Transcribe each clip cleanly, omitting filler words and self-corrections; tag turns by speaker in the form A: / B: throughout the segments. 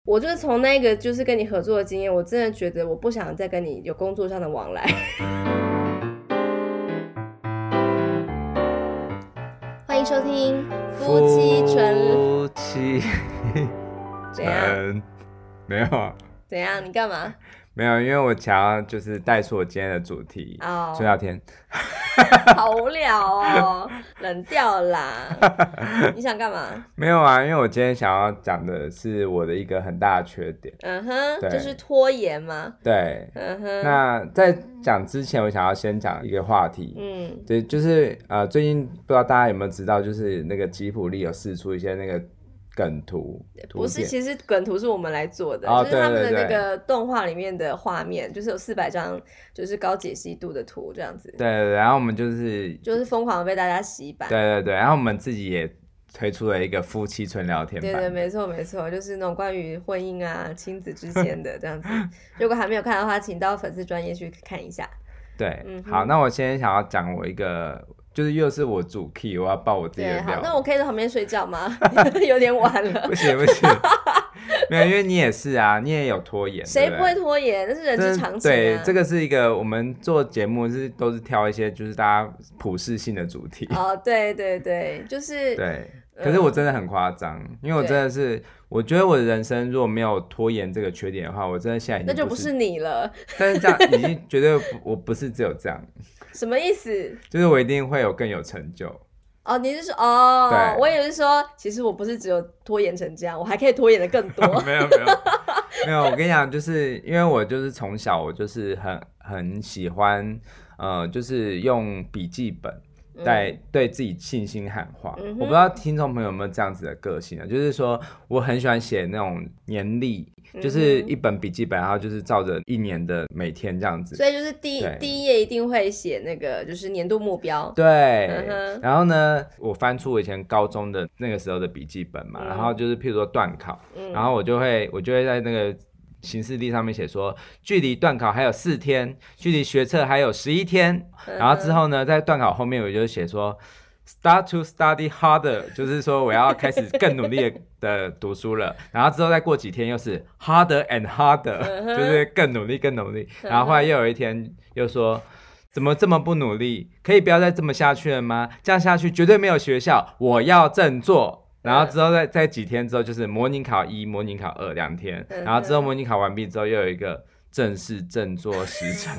A: 我就是从那个就是跟你合作的经验，我真的觉得我不想再跟你有工作上的往来。欢迎收听夫妻怎样？
B: 没有啊？
A: 怎样？你干嘛？
B: 没有，因为我想要就是带出我今天的主题春聊天。
A: 好无聊哦，冷掉啦。你想干嘛？
B: 没有啊，因为我今天想要讲的是我的一个很大的缺点。
A: 就是拖延吗？
B: 对。那在讲之前，我想要先讲一个话题。对，就是最近不知道大家有没有知道，就是那个吉普力有释出一些那个梗图，
A: 不是，其实梗图是我们来做的，就是他们的那个动画里面的画面，就是有400张，就是高解析度的图这样子。
B: 对，然后我们就是
A: 疯狂的被大家洗版。
B: 对，然后我们自己也推出了一个夫妻纯聊天版。
A: 对，没错，就是那种关于婚姻啊、亲子之间的这样子。如果还没有看的话，请到粉丝专页去看一下。
B: 对，好，那我先想要讲我一个。就是又是我主 key， 我要爆我自己的料。
A: 好，那我可以在旁边睡觉吗？有点晚了。
B: 不行，没有，因为你也是啊，你也有拖延。
A: 谁不会拖延？那是人之常情啊。
B: 对，这个是一个我们做节目都是挑一些就是大家普世性的主题。
A: 对，就是
B: 对。可是我真的很夸张，因为我真的是，我觉得我的人生如果没有拖延这个缺点的话，我真的现在已经
A: 那就不是你了。
B: 但是这样已经绝对我不是只有这样。什
A: 么意思？
B: 就是我一定会有更有成就。
A: 你是说对，我以为是说，其实我不是只有拖延成这样，我还可以拖延的更多。
B: 没有，我跟你讲，就是因为我就是从小我就是很喜欢就是用笔记本对自己信心喊话。我不知道听众朋友有没有这样子的个性啊，就是说我很喜欢写那种年历，就是一本笔记本，然后就是照着1年的每天这样子。
A: 所以就是第一页一定会写那个就是年度目标。
B: 对。然后呢，我翻出我以前高中的那个时候的笔记本嘛，然后就是譬如说段考，然后我就会在那个行事历上面写说，距离段考还有4天，距离学测还有11天。然后之后呢，在段考后面我就写说 start to study harder， 就是说我要开始更努力的读书了。然后之后再过几天又是 harder and harder， 就是更努力。然后后来又有一天又说，怎么这么不努力？可以不要再这么下去了吗？这样下去绝对没有学校，我要振作。然后之后在几天之后就是模拟考1、模拟考2 2天，然后之后模拟考完毕之后又有一个正式振作时程。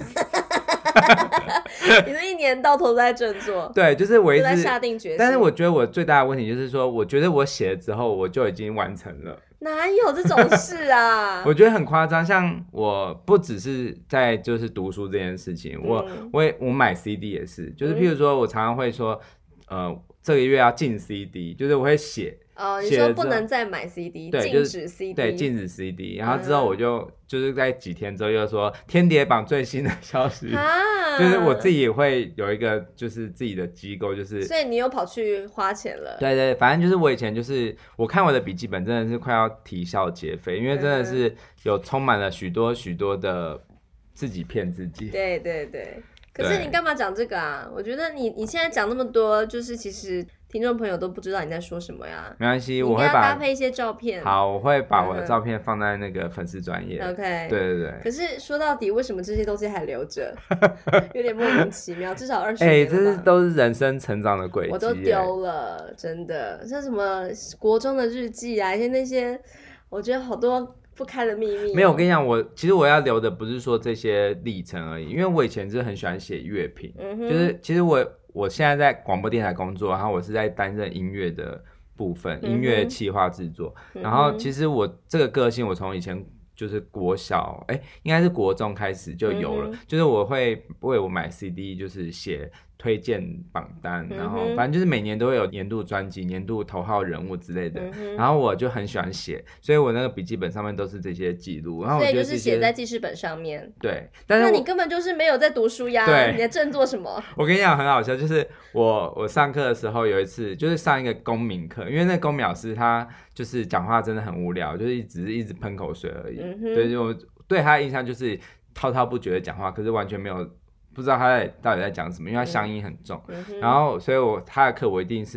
A: 你这1年到头都在振作。
B: 对，就是我一直
A: 在下定决心。
B: 但是我觉得我最大的问题就是说，我觉得我写了之后我就已经完成了。
A: 哪有这种事啊？
B: 我觉得很夸张，像我不只是在就是读书这件事情，我买 CD 也是，就是譬如说我常常会说这个月要进 CD， 就是我会写
A: 你说不能再买 CD， 禁止 CD，
B: 对，禁止 CD。然后之后我就是在几天之后又说天碟榜最新的消息，就是我自己也会有一个就是自己的机构，就是
A: 所以你又跑去花钱了。
B: 对，反正就是我以前就是我看我的笔记本真的是快要啼笑皆非，因为真的是有充满了许多的自己骗自己。
A: 对。可是你干嘛讲这个啊？我觉得你现在讲那么多，就是其实听众朋友都不知道你在说什么呀。
B: 没关系，
A: 我会搭配一些照片。
B: 好，我会把我的照片放在那个粉丝专页。
A: OK。
B: 对。
A: 可是说到底，为什么这些东西还留着？有点莫名其妙，至少20年了吧。
B: 这都是人生成长的轨迹。
A: 我都丢了，真的。像什么国中的日记啊，那些，我觉得好多不开的秘密。
B: 没有，我跟你讲，其实我要留的不是说这些历程而已，因为我以前是很喜欢写乐评，就是其实我现在在广播电台工作，然后我是在担任音乐的部分，音乐企划制作，然后其实我这个个性我从以前就是国小应该是国中开始就有了，就是我会为我买 CD 就是写推荐榜单，然后反正就是每年都会有年度专辑、年度头号人物之类的，然后我就很喜欢写，所以我那个笔记本上面都是这些记录，然后我觉得
A: 所以就是写在记事本上面。
B: 对，但是
A: 那你根本就是没有在读书呀，你在振作什么？
B: 我跟你讲很好笑，就是我上课的时候有一次就是上一个公民课，因为那公民老师他就是讲话真的很无聊，就是只是一直喷口水而已，对，就对他的印象就是滔滔不绝的讲话，可是完全没有不知道他到底在讲什么，因为他乡音很重，然后所以他的课我一定是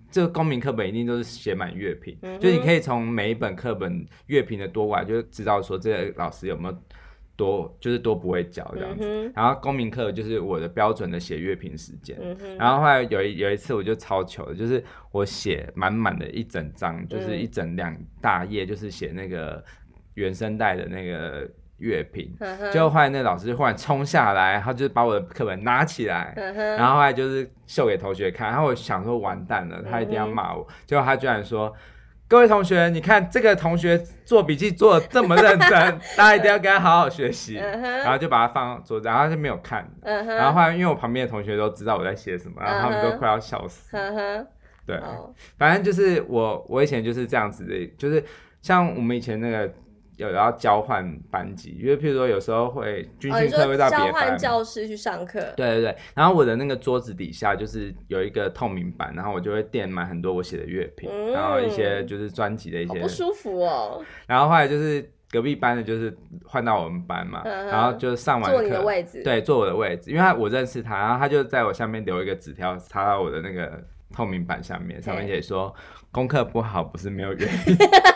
B: 这个公民课本一定都是写满乐评，就你可以从每一本课本乐评的多寡就知道说这个老师有没有多不会教这样子。然后公民课就是我的标准的写乐评时间。然后后来有一次我就超糗的，就是我写满满的一整张，就是一整2大页，就是写那个原声带的那个乐评。结果后来那老师忽然冲下来，他就是把我的课本拿起来，然后后来就是秀给同学看。然后我想说完蛋了，他一定要骂我。结果他居然说，各位同学，你看这个同学做笔记做得这么认真，大家一定要跟他好好学习。然后就把他放桌子，然后他就没有看。然后后来因为我旁边的同学都知道我在写什么，然后他们都快要笑死。对，反正就是我以前就是这样子的，就是像我们以前那个有要交换班级，因为譬如说有时候会军训课会到别班，
A: 交换教室去上课。
B: 对，然后我的那个桌子底下就是有一个透明板，然后我就会垫满很多我写的乐评，然后一些就是专辑的一些。
A: 好不舒服哦。
B: 然后后来就是隔壁班的，就是换到我们班嘛，然后就上完课
A: 坐你的位置，
B: 对，坐我的位置，因为我认识他，然后他就在我下面留一个纸条插到我的那个透明板上面写说功课不好不是没有原因。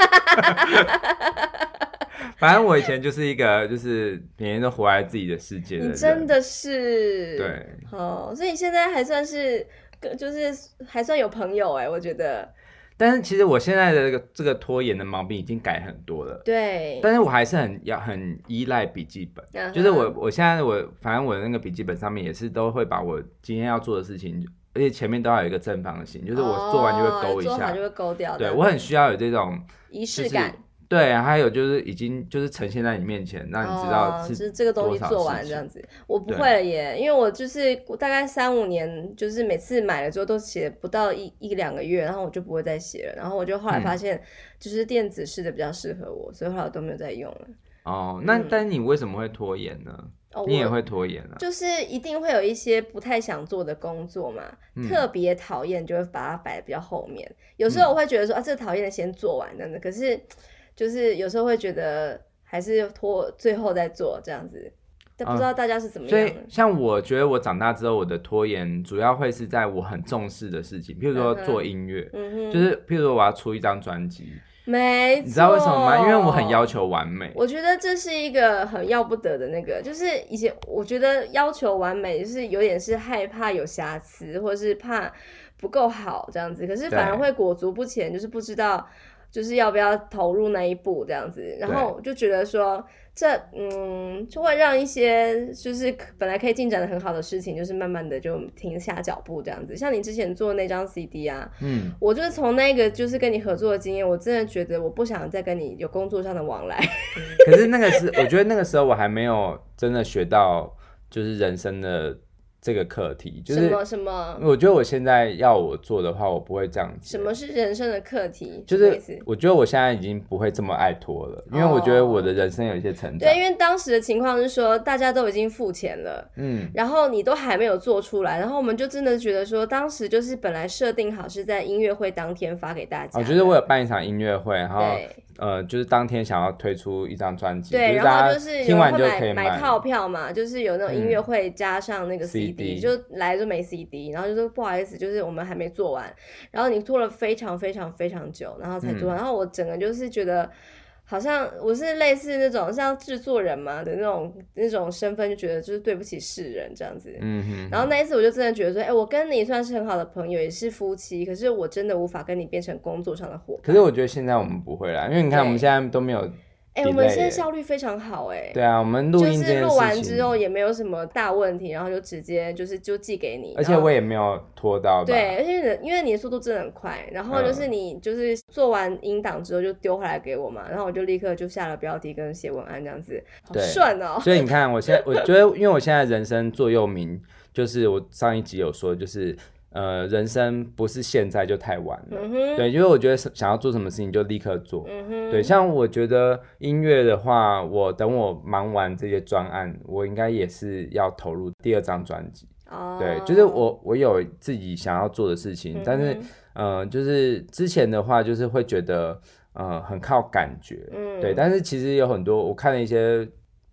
B: 反正我以前就是一个就是每天都活在自己的世界的人。
A: 你真的是
B: 对，
A: 所以你现在还算是就是还算有朋友我觉得。
B: 但是其实我现在的这个拖延的毛病已经改很多了。
A: 对，
B: 但是我还是很依赖笔记本。就是我现在反正我的那个笔记本上面也是都会把我今天要做的事情，而且前面都要有一个正方形，就是我做完就会勾一下，
A: 做好就会勾掉。
B: 对，我很需要有这种
A: 仪式感。
B: 对，还有就是已经就是呈现在你面前，让你知道
A: 是这个东西做完这样子。我不会了耶，因为我就是大概3-5年，就是每次买了之后都写不到1-2个月，然后我就不会再写了。然后我就后来发现，就是电子式的比较适合我，所以后来我都没有再用了。
B: 但是你为什么会拖延呢？你也会拖延啊？
A: 就是一定会有一些不太想做的工作嘛，特别讨厌就会把它摆得比较后面。有时候我会觉得说这个讨厌的先做完真的，可是就是有时候会觉得还是拖最后再做这样子，但不知道大家是怎么样的。
B: 所以像我觉得我长大之后，我的拖延主要会是在我很重视的事情，譬如说做音乐，就是譬如说我要出一张专辑。
A: 没错，
B: 你知道为什么吗？因为我很要求完美。
A: 我觉得这是一个很要不得的那个，就是以前我觉得要求完美就是有点是害怕有瑕疵，或是怕不够好这样子，可是反而会裹足不前，就是不知道就是要不要投入那一步这样子，然后我就觉得说就会让一些就是本来可以进展的很好的事情，就是慢慢的就停下脚步这样子。像你之前做那张 CD 啊，我就是从那个就是跟你合作的经验，我真的觉得我不想再跟你有工作上的往来。
B: 可是我觉得那个时候我还没有真的学到就是人生的这个课题，就是
A: 什么？
B: 我觉得我现在要我做的话，我不会这样子。
A: 什么是人生的课题？
B: 就是我觉得我现在已经不会这么爱拖了，因为我觉得我的人生有一些成长。
A: 对，因为当时的情况是说，大家都已经付钱了，然后你都还没有做出来，然后我们就真的觉得说，当时就是本来设定好是在音乐会当天发给大家。
B: 我觉得我有办一场音乐会，然后就是当天想要推出一张专辑，
A: 对，
B: 就是
A: 然后就是
B: 听完就可以
A: 买套票嘛，就是有那种音乐会加上那个 CD，就来就没 CD， 然后就说不好意思，就是我们还没做完，然后你做了非常非常非常久，然后才做完，然后我整个就是觉得好像我是类似那种像制作人嘛的那种身份，就觉得就是对不起世人这样子。然后那一次我就真的觉得说，我跟你算是很好的朋友，也是夫妻，可是我真的无法跟你变成工作上的伙伴。
B: 可是我觉得现在我们不会啦，因为你看我们现在都没有。
A: 我们现在效率非常好
B: 对啊，我们录音这件事情
A: 就是录完之后也没有什么大问题，然后就直接就寄给你，
B: 而且我也没有拖到吧。
A: 对，而且因为你的速度真的很快，然后就是你就是做完音档之后就丢回来给我嘛，然后我就立刻就下了标题跟写文案这样子，好顺哦。
B: 所以你看我觉得因为我现在人生座右铭就是我上一集有说就是人生不是现在就太晚了，对，因为我觉得想要做什么事情就立刻做，对，像我觉得音乐的话，等我忙完这些专案，我应该也是要投入第2张专辑，对，就是我有自己想要做的事情，但是就是之前的话就是会觉得很靠感觉，对，但是其实有很多我看了一些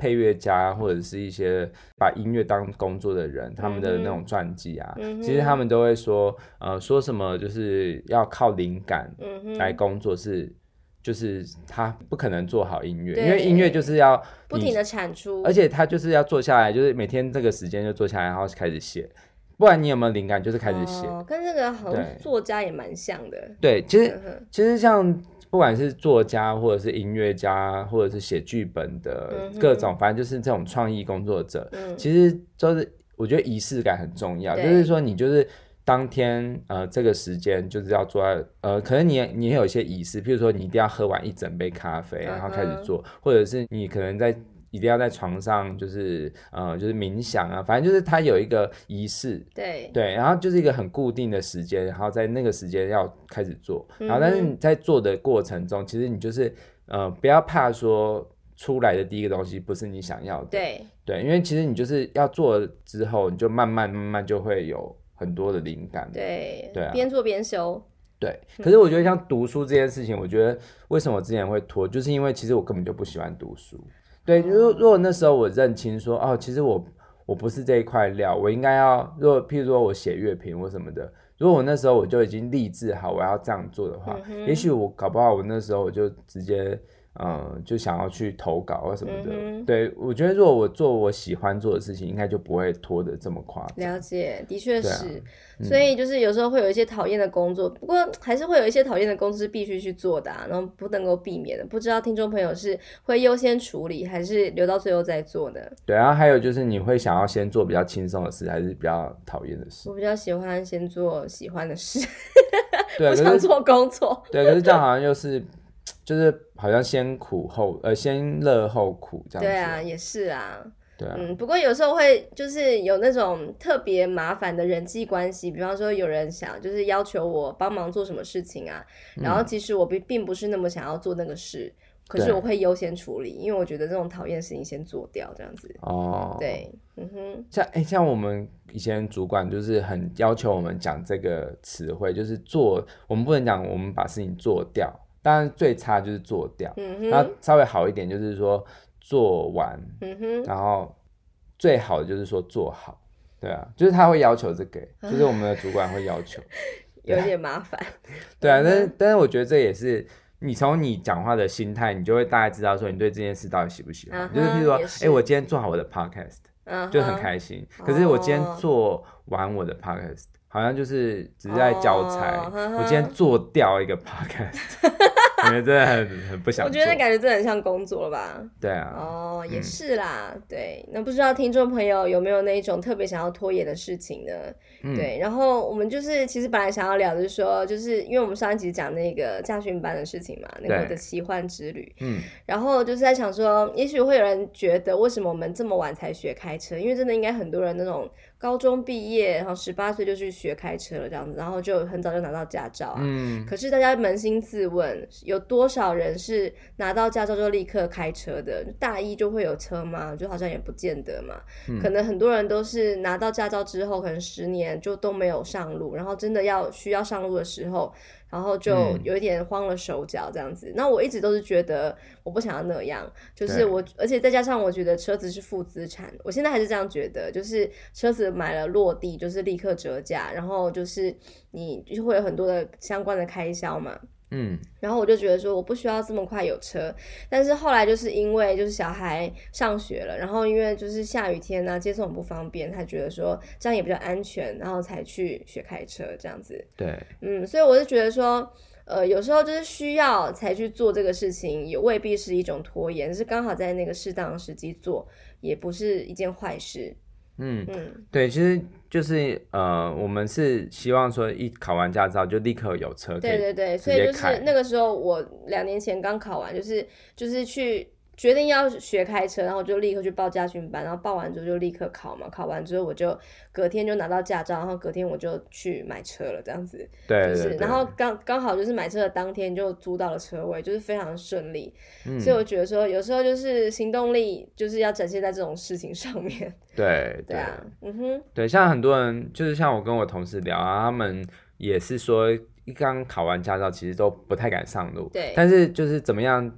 B: 配乐家或者是一些把音乐当工作的人，他们的那种传记啊，其实他们都会说说什么就是要靠灵感来工作就是他不可能做好音乐，因为音乐就是要
A: 不停的产出，
B: 而且他就是要坐下来，就是每天这个时间就坐下来，然后开始写，不然你有没有灵感就是开始写。
A: 跟这个好像作家也蛮像的。
B: 对，其实像不管是作家或者是音乐家或者是写剧本的各种，反正就是这种创意工作者，其实就是我觉得仪式感很重要，就是说你就是当天这个时间就是要做可能你也有一些仪式，譬如说你一定要喝完一整杯咖啡然后开始做，或者是你可能一定要在床上就是冥想啊，反正就是它有一个仪式，对，然后就是一个很固定的时间，然后在那个时间要开始做，然后但是你在做的过程中，其实你就是不要怕说出来的第一个东西不是你想要的，对，因为其实你就是要做了之后，你就慢慢就会有很多的灵感，对啊，
A: 边做边修。
B: 对，可是我觉得像读书这件事情，我觉得为什么我之前会拖，就是因为其实我根本就不喜欢读书。对，如果那时候我认清说，其实我不是这一块料，我应该要，譬如说我写乐评或什么的，如果我那时候我就已经立志好我要这样做的话，也许我搞不好我那时候我就直接就想要去投稿或什么的。对，我觉得如果我做我喜欢做的事情，应该就不会拖得这么夸张。
A: 了解，的确是。所以就是有时候会有一些讨厌的工作，不过还是会有一些讨厌的工作是必须去做的然后不能够避免的。不知道听众朋友是会优先处理，还是留到最后再做的？
B: 对，然后还有就是你会想要先做比较轻松的事，还是比较讨厌的事？
A: 我比较喜欢先做喜欢的事，
B: 对，
A: 不想做工作。
B: 对，可是这样好像就是好像先乐后苦这样子。
A: 对啊，也是啊。
B: 对啊，
A: 不过有时候会就是有那种特别麻烦的人际关系，比方说有人想就是要求我帮忙做什么事情啊，然后其实我并不是那么想要做那个事，可是我会优先处理，因为我觉得这种讨厌事情先做掉，这样子。对，
B: 像我们以前主管就是很要求我们讲这个词汇，就是我们不能讲我们把事情做掉，当然最差就是做掉，那稍微好一点就是说做完，然后最好的就是说做好，对啊，就是他会要求这个，就是我们的主管会要求，
A: 有点麻烦。
B: 对啊，但是我觉得这也是你从你讲话的心态，你就会大概知道说你对这件事到底喜不喜欢。就是譬如说，我今天做好我的 podcast，就很开心。可是我今天做完我的 podcast，好像就是只是在交差。我今天做掉一个 podcast。感觉真的很不想做，
A: 我觉得感觉真的很像工作了吧？
B: 对啊，
A: 也是啦，对。那不知道听众朋友有没有那一种特别想要拖延的事情呢？对，然后我们就是其实本来想要聊的是说，就是因为我们上一集讲那个驾训班的事情嘛，那个的奇幻之旅，然后就是在想说，也许会有人觉得为什么我们这么晚才学开车？因为真的应该很多人那种高中毕业，然后18岁就去学开车了这样子，然后就很早就拿到驾照啊。可是大家扪心自问，有多少人是拿到驾照就立刻开车的？大一就会有车吗？就好像也不见得嘛。可能很多人都是拿到驾照之后，可能10年就都没有上路，然后真的需要上路的时候，然后就有一点慌了手脚这样子。那我一直都是觉得我不想要那样，就是而且再加上我觉得车子是负资产，我现在还是这样觉得，就是车子买了落地就是立刻折价，然后就是你就会有很多的相关的开销嘛。然后我就觉得说我不需要这么快有车，但是后来就是因为就是小孩上学了，然后因为就是下雨天啊接送很不方便，他觉得说这样也比较安全，然后才去学开车这样子。
B: 对，
A: 所以我就觉得说有时候就是需要才去做这个事情，也未必是一种拖延，是刚好在那个适当的时机做，也不是一件坏事。
B: 对，其实就是我们是希望说一考完驾照就立刻有车可以
A: 对，所以就是那个时候我2年前刚考完，就是去决定要学开车，然后就立刻去报驾训班，然后报完之后就立刻考嘛，考完之后我就隔天就拿到驾照，然后隔天我就去买车了这样子。
B: 对，
A: 然后刚好就是买车的当天就租到了车位，就是非常顺利。所以我觉得说有时候就是行动力就是要展现在这种事情上面。
B: 对
A: 啊，
B: 对，像很多人就是像我跟我同事聊啊，他们也是说一刚考完驾照其实都不太敢上路，
A: 对，
B: 但是就是怎么样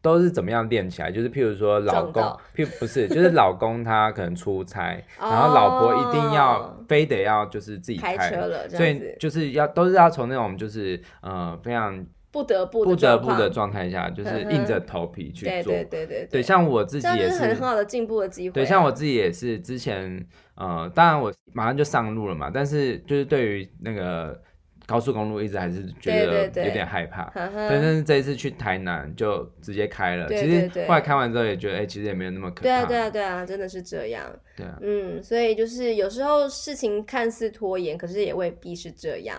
B: 都是怎么样练起来，就是譬如说老公，不是，就是老公他可能出差，然后老婆一定要非得要就是自己
A: 开车了，
B: 所以就是都是要从那种就是非常不得不的状态下，就是硬着头皮去做。对，像我自己也是
A: 很好的进步的机会。
B: 对，像我自己也是之前当然我马上就上路了嘛，但是就是对于那个高速公路一直还是觉得有点害怕。但是这一次去台南就直接开了，其实后来开完之后也觉得其实也没有那么可怕。
A: 对啊，真的是这样。
B: 对啊，
A: 所以就是有时候事情看似拖延，可是也未必是这样。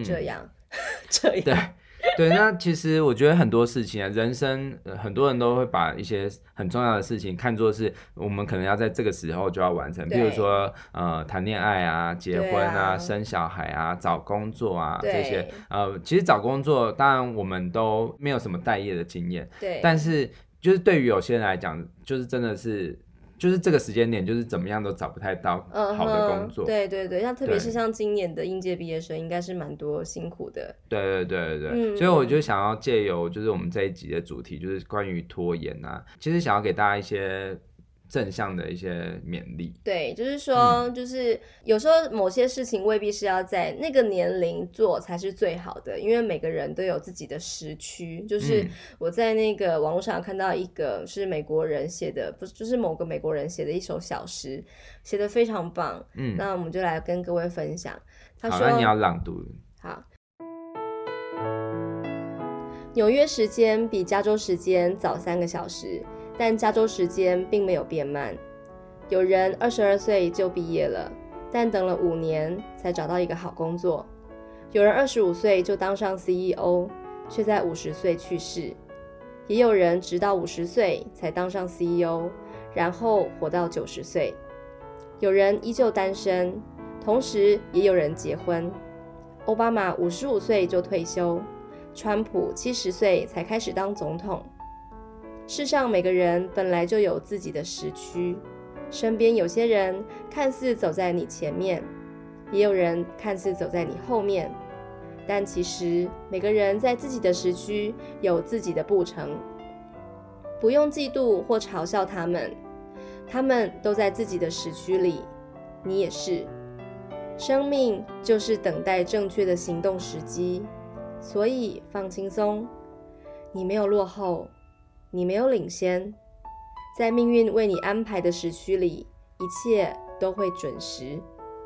B: 对，那其实我觉得很多事情啊，人生很多人都会把一些很重要的事情看作是我们可能要在这个时候就要完成，比如说谈恋爱啊、结婚啊、生小孩啊、找工作啊这些。其实找工作当然我们都没有什么待业的经验，
A: 对，
B: 但是就是对于有些人来讲，就是真的是。就是这个时间点，就是怎么样都找不太到好的工作。
A: 对，像特别是像今年的应届毕业生，应该是蛮多辛苦的。
B: 对，所以我就想要借由就是我们这一集的主题，就是关于拖延啊，其实想要给大家一些正向的一些勉励。
A: 对，就是说，就是有时候某些事情未必是要在那个年龄做才是最好的，因为每个人都有自己的时区。就是我在那个网络上看到一个是美国人写的，不是就是某个美国人写的一首小诗，写得非常棒。那我们就来跟各位分享。他说：“
B: 好，那你要朗读。”
A: 好。纽约时间比加州时间早3个小时。但加州时间并没有变慢，有人22岁就毕业了，但等了5年才找到一个好工作；有人25岁就当上 CEO， 却在50岁去世；也有人直到50岁才当上 CEO， 然后活到90岁；有人依旧单身，同时也有人结婚。奥巴马55岁就退休，川普70岁才开始当总统。世上每个人本来就有自己的时区，身边有些人看似走在你前面，也有人看似走在你后面，但其实每个人在自己的时区有自己的步程。不用嫉妒或嘲笑他们，他们都在自己的时区里，你也是。生命就是等待正确的行动时机，所以放轻松，你没有落后，你没有领先，在命运为你安排的时区里，一切都会准时。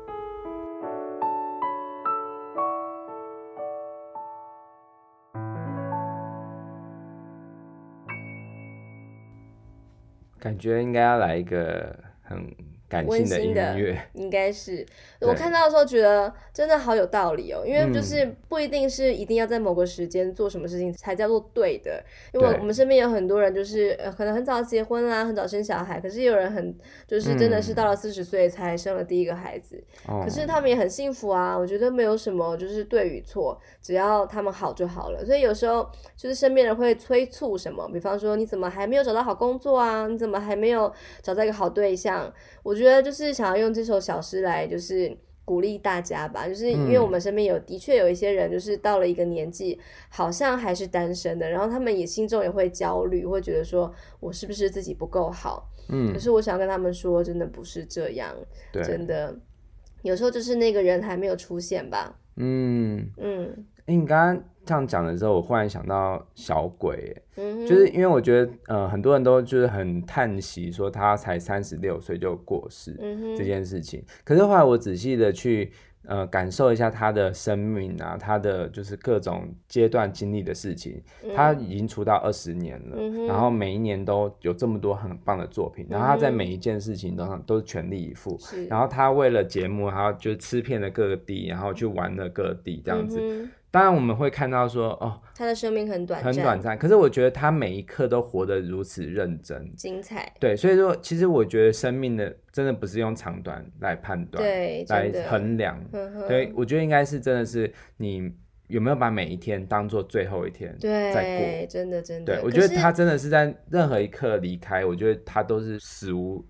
B: 感觉应该要来一个很感性的音乐，
A: 应该是我看到的时候觉得真的好有道理哦，因为就是不一定是一定要在某个时间做什么事情才叫做对的，因为我们身边有很多人就是可能很早结婚啦，很早生小孩，可是也有人就是真的是到了40岁才生了第一个孩子，可是他们也很幸福啊。我觉得没有什么就是对与错，只要他们好就好了。所以有时候就是身边人会催促什么，比方说你怎么还没有找到好工作啊，你怎么还没有找到一个好对象，我觉得就是想要用这首小诗来就是鼓励大家吧，就是因为我们身边的确有一些人就是到了一个年纪好像还是单身的，然后他们也心中也会焦虑，会觉得说我是不是自己不够好，可是我想跟他们说真的不是这样，真的有时候就是那个人还没有出现吧。
B: 你刚刚这样讲的时候，我忽然想到小鬼，就是因为我觉得很多人都就是很叹息说他才36岁就过世这件事情，可是后来我仔细的去感受一下他的生命啊，他的就是各种阶段经历的事情，他已经出道20年了，然后每一年都有这么多很棒的作品，然后他在每一件事情都是全力以赴，然后他为了节目他就吃遍了各地，然后去玩了各地这样子。当然我们会看到说
A: 他的生命很短暂，
B: 可是我觉得他每一刻都活得如此认真
A: 精彩。
B: 对，所以说其实我觉得生命的真的不是用长短来判断，
A: 对，
B: 来衡量，对，我觉得应该是真的是你有没有把每一天当做最后一天在过，
A: 真的
B: 对，我觉得他真的是在任何一刻离开，我觉得他都是死无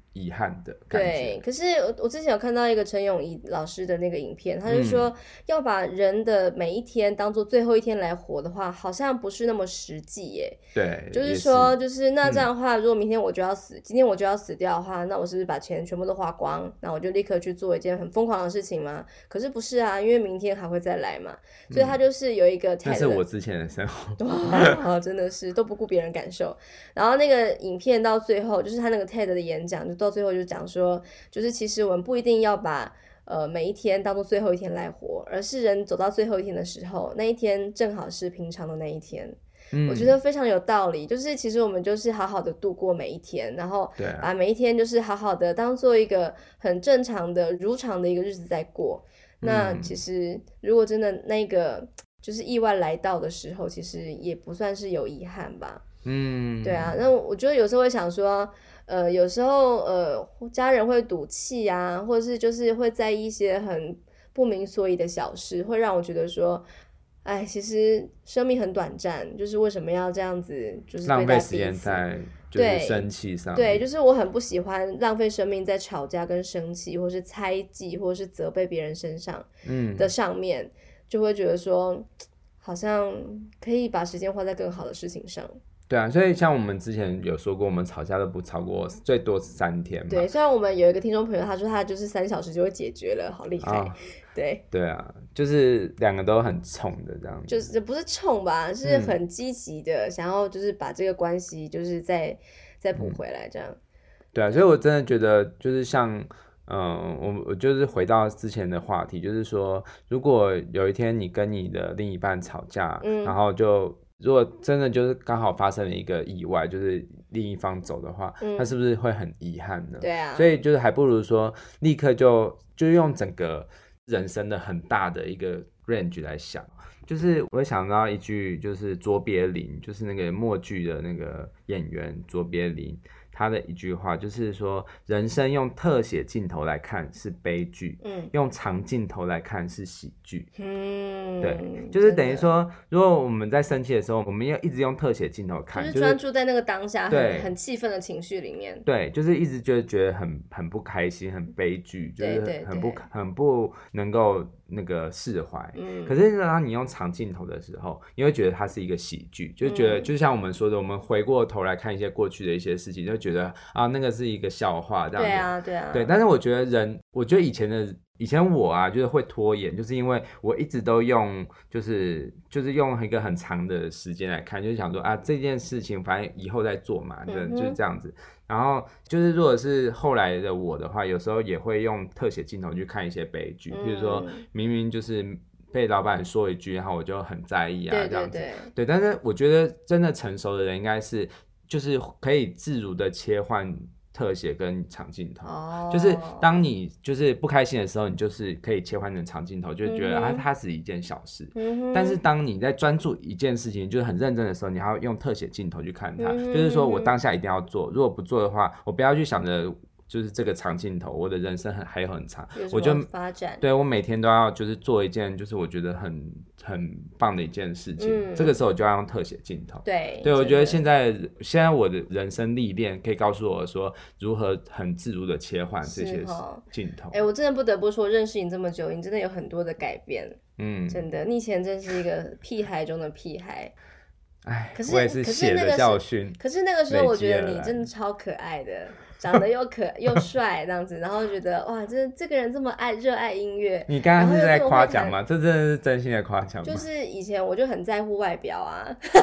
B: 遗憾的感觉。
A: 对，可是我之前有看到一个陈永仪老师的那个影片，他就说要把人的每一天当做最后一天来活的话，好像不是那么实际耶。
B: 对，
A: 就是说，就是那这样的话，如果明天我就要死，今天我就要死掉的话，那我是不是把钱全部都花光，那我就立刻去做一件很疯狂的事情吗？可是不是啊，因为明天还会再来嘛，所以他就是有一个 TED
B: 那是我之前的生活，
A: 哇，真的是都不顾别人感受。然后那个影片到最后，就是他那个 TED 的演讲，就到最后就讲说，就是其实我们不一定要把每一天当做最后一天来活，而是人走到最后一天的时候，那一天正好是平常的那一天。我觉得非常有道理，就是其实我们就是好好的度过每一天，然后把每一天就是好好的当做一个很正常的如常的一个日子在过。那其实如果真的那个就是意外来到的时候，其实也不算是有遗憾吧。对啊，那我觉得有时候会想说有时候家人会赌气啊，或者是就是会在意一些很不明所以的小事，会让我觉得说哎，其实生命很短暂，就是为什么要这样子，就是
B: 浪费时间在就是生气上面。
A: 对，就是我很不喜欢浪费生命在吵架跟生气，或是猜忌，或是责备别人身上的上面，就会觉得说好像可以把时间花在更好的事情上。
B: 对啊，所以像我们之前有说过，我们吵架都不超过最多3天嘛。
A: 对，虽然我们有一个听众朋友，他说他就是3小时就会解决了，好厉害。对
B: 啊，就是2个都很冲的这样子，
A: 就是不是冲吧，是很积极的，想要就是把这个关系就是再补回来这样。
B: 对啊，所以我真的觉得就是像我就是回到之前的话题，就是说如果有一天你跟你的另一半吵架，然后如果真的就是刚好发生了一个意外，就是另一方走的话，他是不是会很遗憾呢？
A: 对啊，
B: 所以就是还不如说立刻就用整个人生的很大的一个 range 来想。就是我会想到一句，就是卓别林，就是那个默剧的那个演员卓别林，他的一句话就是说，人生用特写镜头来看是悲剧，用长镜头来看是喜剧。对，就是等于说，如果我们在生气的时候，我们要一直用特写镜头看，
A: 就是专注在那个当下很气愤的情绪里面。
B: 对，就是一直觉得很不开心，很悲剧，就是很不能够那个释怀。可是当你用长镜头的时候，你会觉得它是一个喜剧，就觉得就像我们说的，我们回过头来看一些过去的一些事情，就觉得啊，那个是一个笑话这样子。
A: 对啊。
B: 对，但是我觉得以前我啊，就是会拖延，就是因为我一直都用就是用一个很长的时间来看，就是想说啊，这件事情反正以后再做嘛，就是这样子。然后就是如果是后来的我的话，有时候也会用特写镜头去看一些悲剧，比如说明明就是被老板说一句，然后我就很在意啊，这样子。对，但是我觉得真的成熟的人应该是就是可以自如的切换特写跟长镜头，就是当你就是不开心的时候，你就是可以切换成长镜头，就觉得它是一件小事。但是当你在专注一件事情，就是很认真的时候，你还要用特写镜头去看它，就是说我当下一定要做，如果不做的话，我不要去想着就是这个长镜头，我的人生还有很长，我就
A: 发展。对，
B: 我每天都要就是做一件就是我觉得很棒的一件事情，这个时候我就要用特写镜头。对，我觉得现在我的人生历练可以告诉我说如何很自如的切换这些镜头。
A: 我真的不得不说，认识你这么久，你真的有很多的改变。真的，你以前真是一一个屁孩中的屁孩。
B: 我也是血的教训。
A: 可是那个时候我觉得你真的超可爱的，长得又帅这样子，然后觉得哇，这个人这么热爱音乐。
B: 你刚刚是在夸奖吗？这真的是真心的夸奖吗？
A: 就是以前我就很在乎外表啊，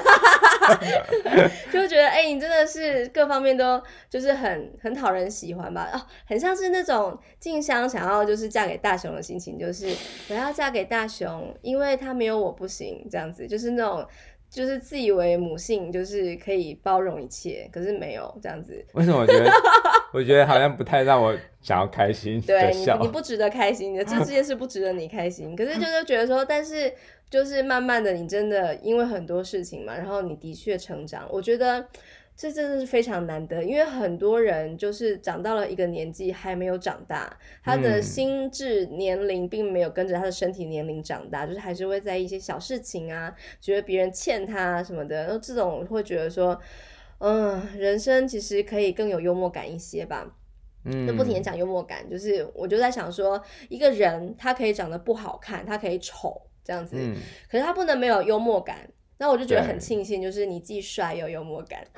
A: 就觉得你真的是各方面都就是很讨人喜欢吧。很像是那种静香想要就是嫁给大雄的心情，就是我要嫁给大雄，因为他没有我不行这样子，就是那种。就是自以为母性就是可以包容一切，可是没有这样子。
B: 为什么我觉得好像不太让我想要开心的笑？
A: 对，你不值得开心的，这件事不值得你开心。可是就是觉得说，但是就是慢慢的，你真的因为很多事情嘛，然后你的确成长。我觉得这真的是非常难得，因为很多人就是长到了一个年纪还没有长大，他的心智年龄并没有跟着他的身体年龄长大，就是还是会在意一些小事情啊，觉得别人欠他什么的，然后这种会觉得说人生其实可以更有幽默感一些吧。 就不停的讲幽默感，就是我就在想说，一个人他可以长得不好看，他可以丑这样子，可是他不能没有幽默感。那我就觉得很庆幸，就是你既帅又幽默感。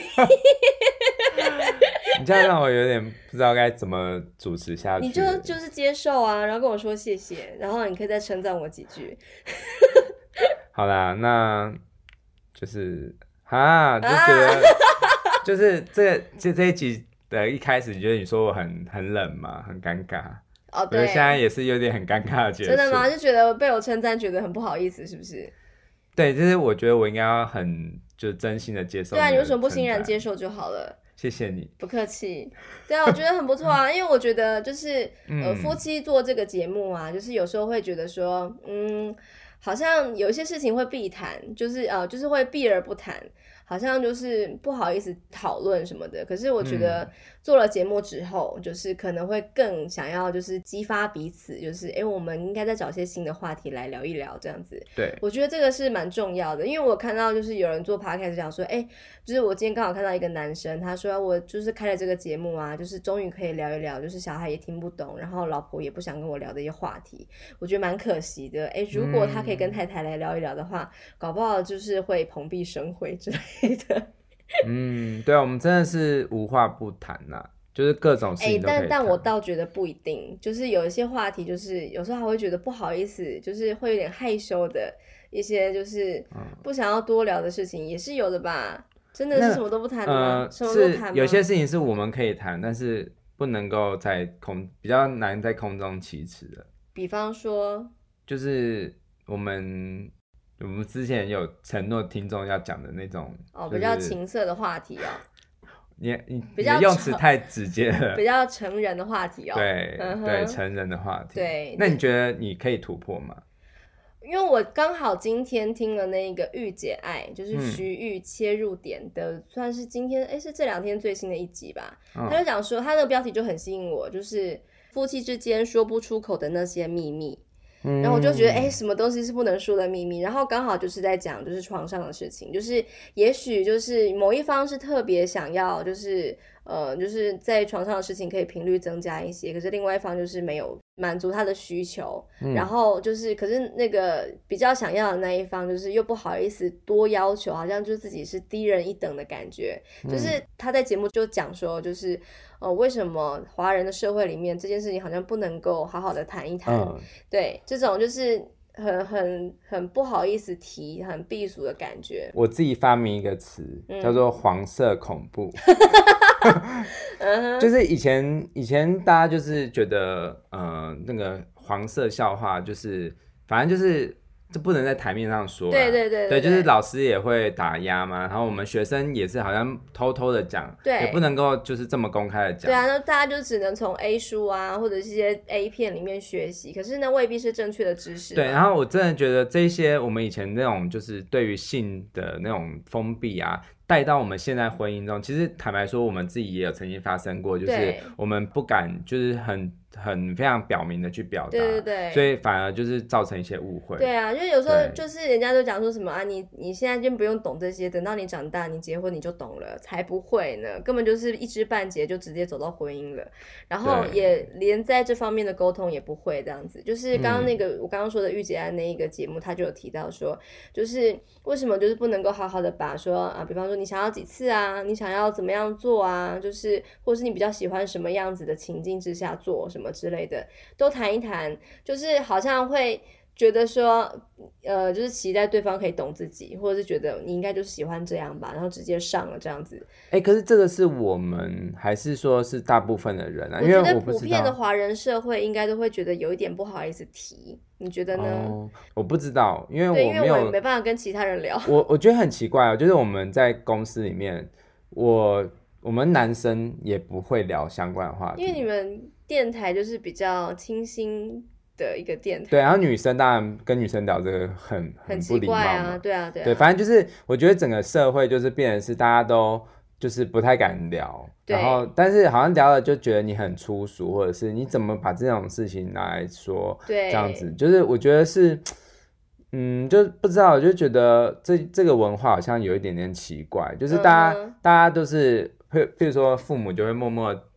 B: 你这样让我有点不知道该怎么主持下去。
A: 你就是接受啊，然后跟我说谢谢，然后你可以再称赞我几句。
B: 好啦，那就是就觉得就是这一集的一开始，你觉得你说我很冷嘛，很尴尬。
A: 哦，对，
B: 我觉得现在也是有点很尴尬的结束。
A: 真的吗？就觉得被我称赞，觉得很不好意思，是不是？
B: 对，就是我觉得我应该要就是真心的接受。
A: 对啊，你为什么不欣然接受就好了？
B: 谢谢你，
A: 不客气。对啊，我觉得很不错啊，因为我觉得就是夫妻做这个节目啊，就是有时候会觉得说，好像有一些事情会避谈，就是会避而不谈。好像就是不好意思讨论什么的，可是我觉得做了节目之后，就是可能会更想要就是激发彼此，就是我们应该再找些新的话题来聊一聊这样子。
B: 对，
A: 我觉得这个是蛮重要的，因为我看到就是有人做 podcast 讲说，就是我今天刚好看到一个男生，他说我就是开了这个节目啊，就是终于可以聊一聊，就是小孩也听不懂，然后老婆也不想跟我聊的一些话题，我觉得蛮可惜的。如果他可以跟太太来聊一聊的话，搞不好就是会蓬荜生辉之类的。
B: 对啊，我们真的是无话不谈啦，就是各种事情都可以谈。
A: 但我倒觉得不一定，就是有一些话题，就是有时候还会觉得不好意思，就是会有点害羞的一些，就是不想要多聊的事情，也是有的吧？真的是什么都不谈的吗？什么都谈吗？
B: 有些事情是我们可以谈，但是不能够比较难在空中启齿的。
A: 比方说，
B: 就是我们之前有承诺听众要讲的那种
A: 比较情色的话题哦。
B: 你用词太直接了，
A: 比较成人的话题哦。
B: 对，对，成人的话题。
A: 对，
B: 那你觉得你可以突破吗？
A: 因为我刚好今天听了那个御姐爱，就是徐玉切入点的，算是今天是这2天最新的一集吧。他就讲说，他那个标题就很吸引我，就是夫妻之间说不出口的那些秘密。然后我就觉得什么东西是不能说的秘密，然后刚好就是在讲就是床上的事情，就是也许就是某一方是特别想要就是在床上的事情可以频率增加一些，可是另外一方就是没有满足他的需求，然后就是可是那个比较想要的那一方就是又不好意思多要求，好像就自己是低人一等的感觉。就是他在节目就讲说，就是为什么华人的社会里面这件事情好像不能够好好的谈一谈，对，这种就是很不好意思提，很避俗的感觉。
B: 我自己发明一个词，叫做黄色恐怖。就是以前大家就是觉得那个黄色笑话就是反正就是就不能在台面上说啦。对，就是老师也会打压嘛，然后我们学生也是好像偷偷的讲，也不能够就是这么公开的讲。
A: 对啊，那大家就只能从 A 书啊或者是一些 A 片里面学习，可是那未必是正确的知识。
B: 对，然后我真的觉得这些我们以前那种就是对于性的那种封闭啊，带到我们现在婚姻中，其实坦白说我们自己也有曾经发生过，就是我们不敢就是很非常表明的去表达，
A: 对，
B: 所以反而就是造成一些误会。
A: 对啊，因为有时候就是人家都讲说什么啊，你现在就不用懂这些，等到你长大你结婚你就懂了，才不会呢，根本就是一知半解就直接走到婚姻了，然后也连在这方面的沟通也不会这样子。就是刚刚那个我刚刚说的御姐爱那一个节目，他就有提到说，就是为什么就是不能够好好的把说啊，比方说你想要几次啊，你想要怎么样做啊，就是或者是你比较喜欢什么样子的情境之下做什么之类的都谈一谈，就是好像会觉得说就是期待对方可以懂自己，或者是觉得你应该就是喜欢这样吧，然后直接上了这样子。
B: 可是这个是我们还是说是大部分的人啊？
A: 我觉得普遍的华人社会应该都会觉得有一点不好意思提，你觉得呢？
B: 我不知道，因为
A: 我没办法跟其他人聊。
B: 我觉得很奇怪就是我们在公司里面，我们男生也不会聊相关的话题，
A: 因为你们电台就是比较清新的一个电台。
B: 对，然后女生当然跟女生聊这个很不礼貌
A: 啊，对啊，
B: 对，反正就是我觉得整个社会就是变成是大家都就是不太敢聊，然后但是好像聊了就觉得你很粗俗，或者是你怎么把这种事情拿来说，
A: 对，
B: 这样子就是我觉得是就不知道，我就觉得这个文化好像有一点点奇怪，就是大家都是譬如说父母就会默默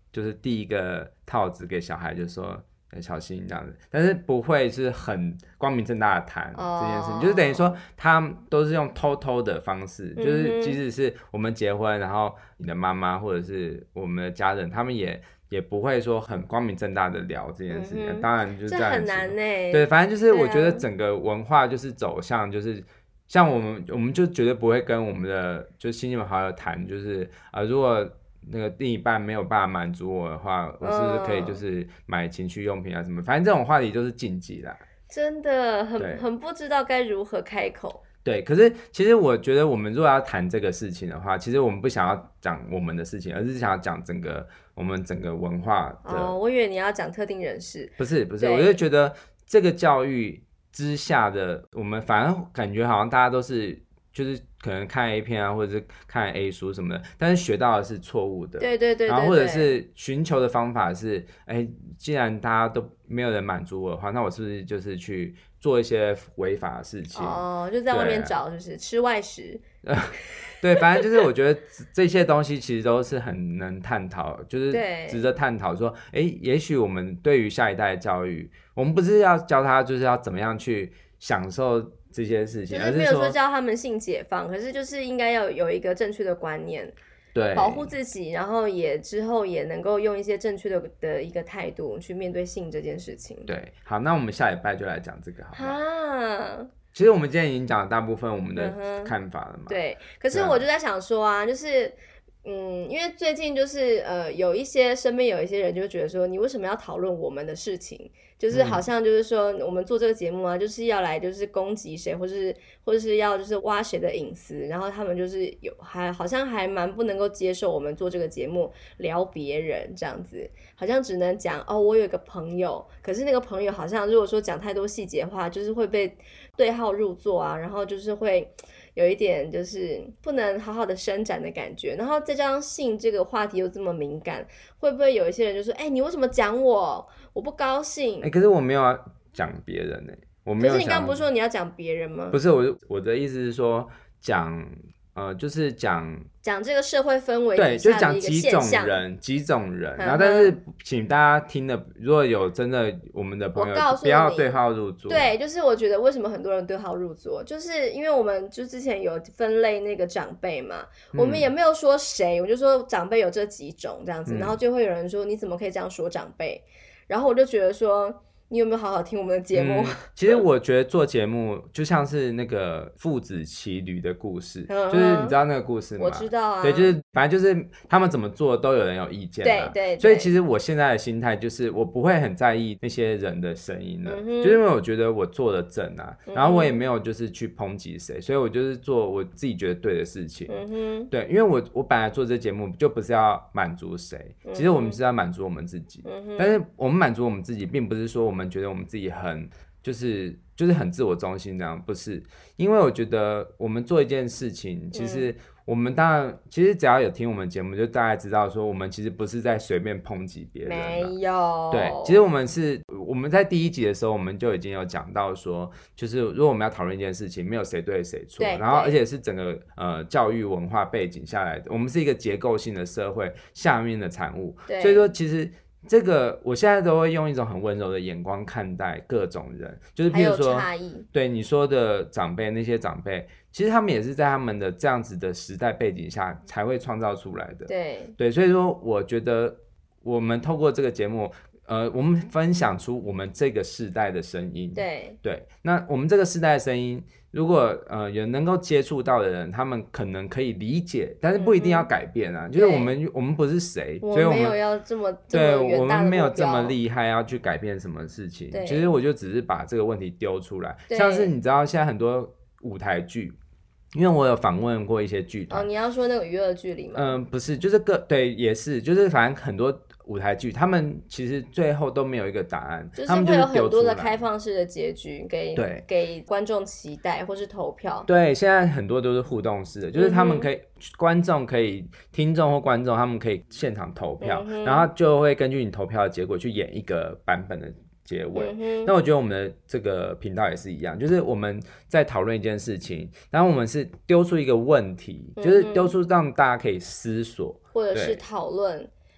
B: 就是递一个套子给小孩，就说小心这样子，但是不会是很光明正大的谈这件事情，就是等于说他们都是用偷偷的方式，就是即使是我们结婚，然后你的妈妈或者是我们的家人，他们也不会说很光明正大的聊这件事情，当然就是这样子，
A: 这很难欸。
B: 对，反正就是我觉得整个文化就是走向就是像我们就绝对不会跟我们的就是亲戚好友谈，就是如果那个另一半没有办法满足我的话，我是不是可以就是买情趣用品啊什么，反正这种话题就是禁忌啦，
A: 真的很不知道该如何开口。
B: 对，可是其实我觉得我们如果要谈这个事情的话，其实我们不想要讲我们的事情，而是想要讲我们整个文化的。
A: 我以为你要讲特定人士。
B: 不是，我就觉得这个教育之下的我们，反而感觉好像大家都是就是可能看 A 片啊，或者是看 A 书什么的，但是学到的是错误的。
A: 对，
B: 然后或者是寻求的方法是，既然大家都没有人满足我的话，那我是不是就是去做一些违法的事情？
A: 就在外面找，就是吃外食。
B: 对，反正就是我觉得这些东西其实都是很能探讨，就是值得探讨说，也许我们对于下一代的教育，我们不是要教他就是要怎么样去享受这些事情，
A: 就是没有说教他们性解放，可是就是应该要有一个正确的观念，
B: 对，
A: 保护自己，然后之后也能够用一些正确的一个态度去面对性这件事情。
B: 对，好，那我们下礼拜就来讲这个好吗？
A: 啊，
B: 其实我们今天已经讲了大部分我们的看法了嘛。
A: 对，可是我就在想说啊，就是因为最近就是有一些身边有一些人就觉得说，你为什么要讨论我们的事情？就是好像就是说我们做这个节目啊，就是要来就是攻击谁，或者是要就是挖谁的隐私，然后他们就是好像还蛮不能够接受我们做这个节目聊别人这样子，好像只能讲我有一个朋友，可是那个朋友好像如果说讲太多细节的话，就是会被对号入座啊，然后就是会有一点就是不能好好的伸展的感觉，然后再加上性这个话题又这么敏感，会不会有一些人就说你为什么讲我不高兴？
B: 可是我没有要讲别人我没有。
A: 可是你刚刚不是说你要讲别人吗？
B: 不是，我的意思是说讲就是讲
A: 这个社会氛围
B: 对，就讲
A: 几
B: 种人，然后但是请大家听的，如果有真的我们的朋友不要对号入座。
A: 对，就是我觉得为什么很多人对号入座，就是因为我们就之前有分类那个长辈嘛，我们也没有说谁，我就说长辈有这几种这样子，然后就会有人说你怎么可以这样说长辈，然后我就觉得说你有没有好好听我们的节目？
B: 其实我觉得做节目就像是那个父子骑驴的故事，就是你知道那个故事吗？
A: 我知道啊。
B: 对，就是反正就是他们怎么做都有人有意见嘛。
A: 对。
B: 所以其实我现在的心态就是我不会很在意那些人的声音了，就是因为我觉得我做的正啊，然后我也没有就是去抨击谁，所以我就是做我自己觉得对的事情。对，因为我本来做这节目就不是要满足谁，其实我们是要满足我们自己。但是我们满足我们自己，并不是说我们觉得我们自己很就是很自我中心这样，不是。因为我觉得我们做一件事情，其实我们当然其实只要有听我们节目，就大概知道说我们其实不是在随便抨击别人。
A: 没有。
B: 对，其实我们在第一集的时候，我们就已经有讲到说，就是如果我们要讨论一件事情，没有谁对谁错，然后而且是整个教育文化背景下来的，我们是一个结构性的社会下面的产物，所以说其实。这个我现在都会用一种很温柔的眼光看待各种人，就是譬如说，
A: 还有差异。对
B: 你说的长辈，那些长辈，其实他们也是在他们的这样子的时代背景下才会创造出来的。对，所以说我觉得我们透过这个节目，我们分享出我们这个世代的声音。对，那我们这个世代的声音。如果有能够接触到的人，他们可能可以理解，但是不一定要改变啊。就是我们不是谁，所以我们
A: 没有要这么
B: 对，我们没有这么厉害要去改变什么事情。其实我就只是把这个问题丢出来，像是你知道现在很多舞台剧，因为我有访问过一些剧团。
A: 你要说那个娱乐剧里吗？
B: 不是，就是对，也是，就是反正很多。舞台剧他们其实最后都没有一个答案，
A: 就是会有很多的开放式的结局给观众期待或是投票。
B: 对，现在很多都是互动式的，就是他们可以听众或观众他们可以现场投票，然后就会根据你投票的结果去演一个版本的结尾。那我觉得我们的这个频道也是一样，就是我们在讨论一件事情，然后我们是丢出一个问题，就是丢出让大家可以思索
A: 或者是讨论。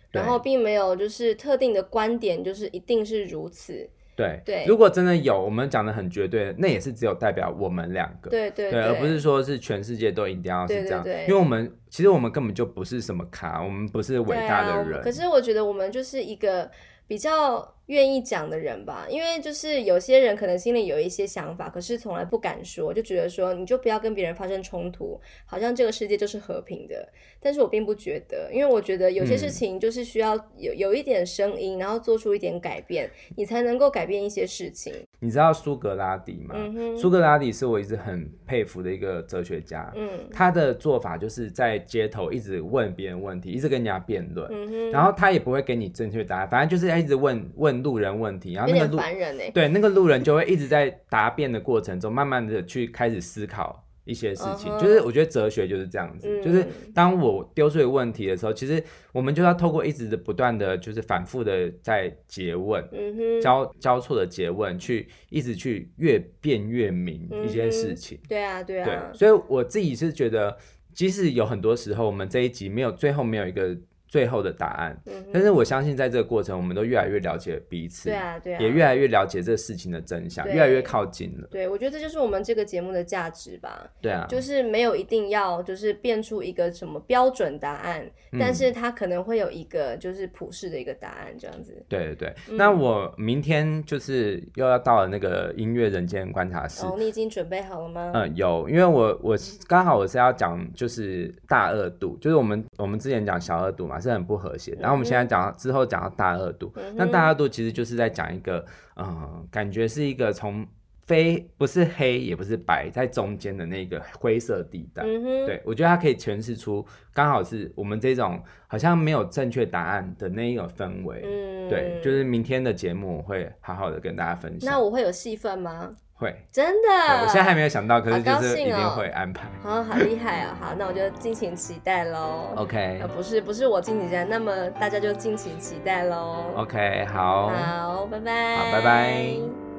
A: 然后并没有就是特定的观点就是一定是如此。
B: 对，如果真的有我们讲的很绝对，那也是只有代表我们两个，
A: 对，
B: 而不是说是全世界都一定要是这样，因为其实我们根本就不是什么咖，我们不是伟大的人，
A: 可是我觉得我们就是一个比较愿意讲的人吧，因为就是有些人可能心里有一些想法，可是从来不敢说，就觉得说你就不要跟别人发生冲突，好像这个世界就是和平的。但是我并不觉得，因为我觉得有些事情就是需要有一点声音，然后做出一点改变，你才能够改变一些事情。
B: 你知道苏格拉底吗？苏格拉底是我一直很佩服的一个哲学家，他的做法就是在街头一直问别人问题，一直跟人家辩论，然后他也不会给你正确答案，反正就是一直问路人问题，然后那个
A: 烦人欸。
B: 对，那个路人就会一直在答辩的过程中，慢慢的去开始思考一些事情，就是我觉得哲学就是这样子，就是当我丢出一个问题的时候，其实我们就要透过一直的不断的就是反复的在诘问，交错的诘问，一直去越辩越明一些事情。
A: 对啊，对，
B: 所以我自己是觉得，即使有很多时候我们这一集最后没有一个最后的答案，但是我相信在这个过程我们都越来越了解彼此，
A: 对啊，
B: 也越来越了解这个事情的真相，越来越靠近了。
A: 对，我觉得这就是我们这个节目的价值吧。
B: 对啊，
A: 就是没有一定要就是变出一个什么标准答案，但是它可能会有一个就是普世的一个答案这样子。
B: 对，那我明天就是又要到了那个音乐人间观察室。
A: 你已经准备好了吗？
B: 有，因为我刚好我是要讲就是大二度，就是我们之前讲小二度嘛，是很不和谐，然后我们现在之后讲到大二度，那大二度其实就是在讲一个感觉是一个从不是黑也不是白，在中间的那个灰色地带。对，我觉得它可以诠释出刚好是我们这种好像没有正确答案的那一种氛围。对，就是明天的节目我会好好的跟大家分享。
A: 那我会有戏份吗？
B: 会，
A: 真的。
B: 我现在还没有想到，可是就是一定会安排。
A: 好厉害哦！好，那我就敬请期待咯。
B: OK，
A: 不是我敬请期待，那么大家就敬请期待咯。
B: OK， 好，
A: 拜拜。
B: 好，拜拜。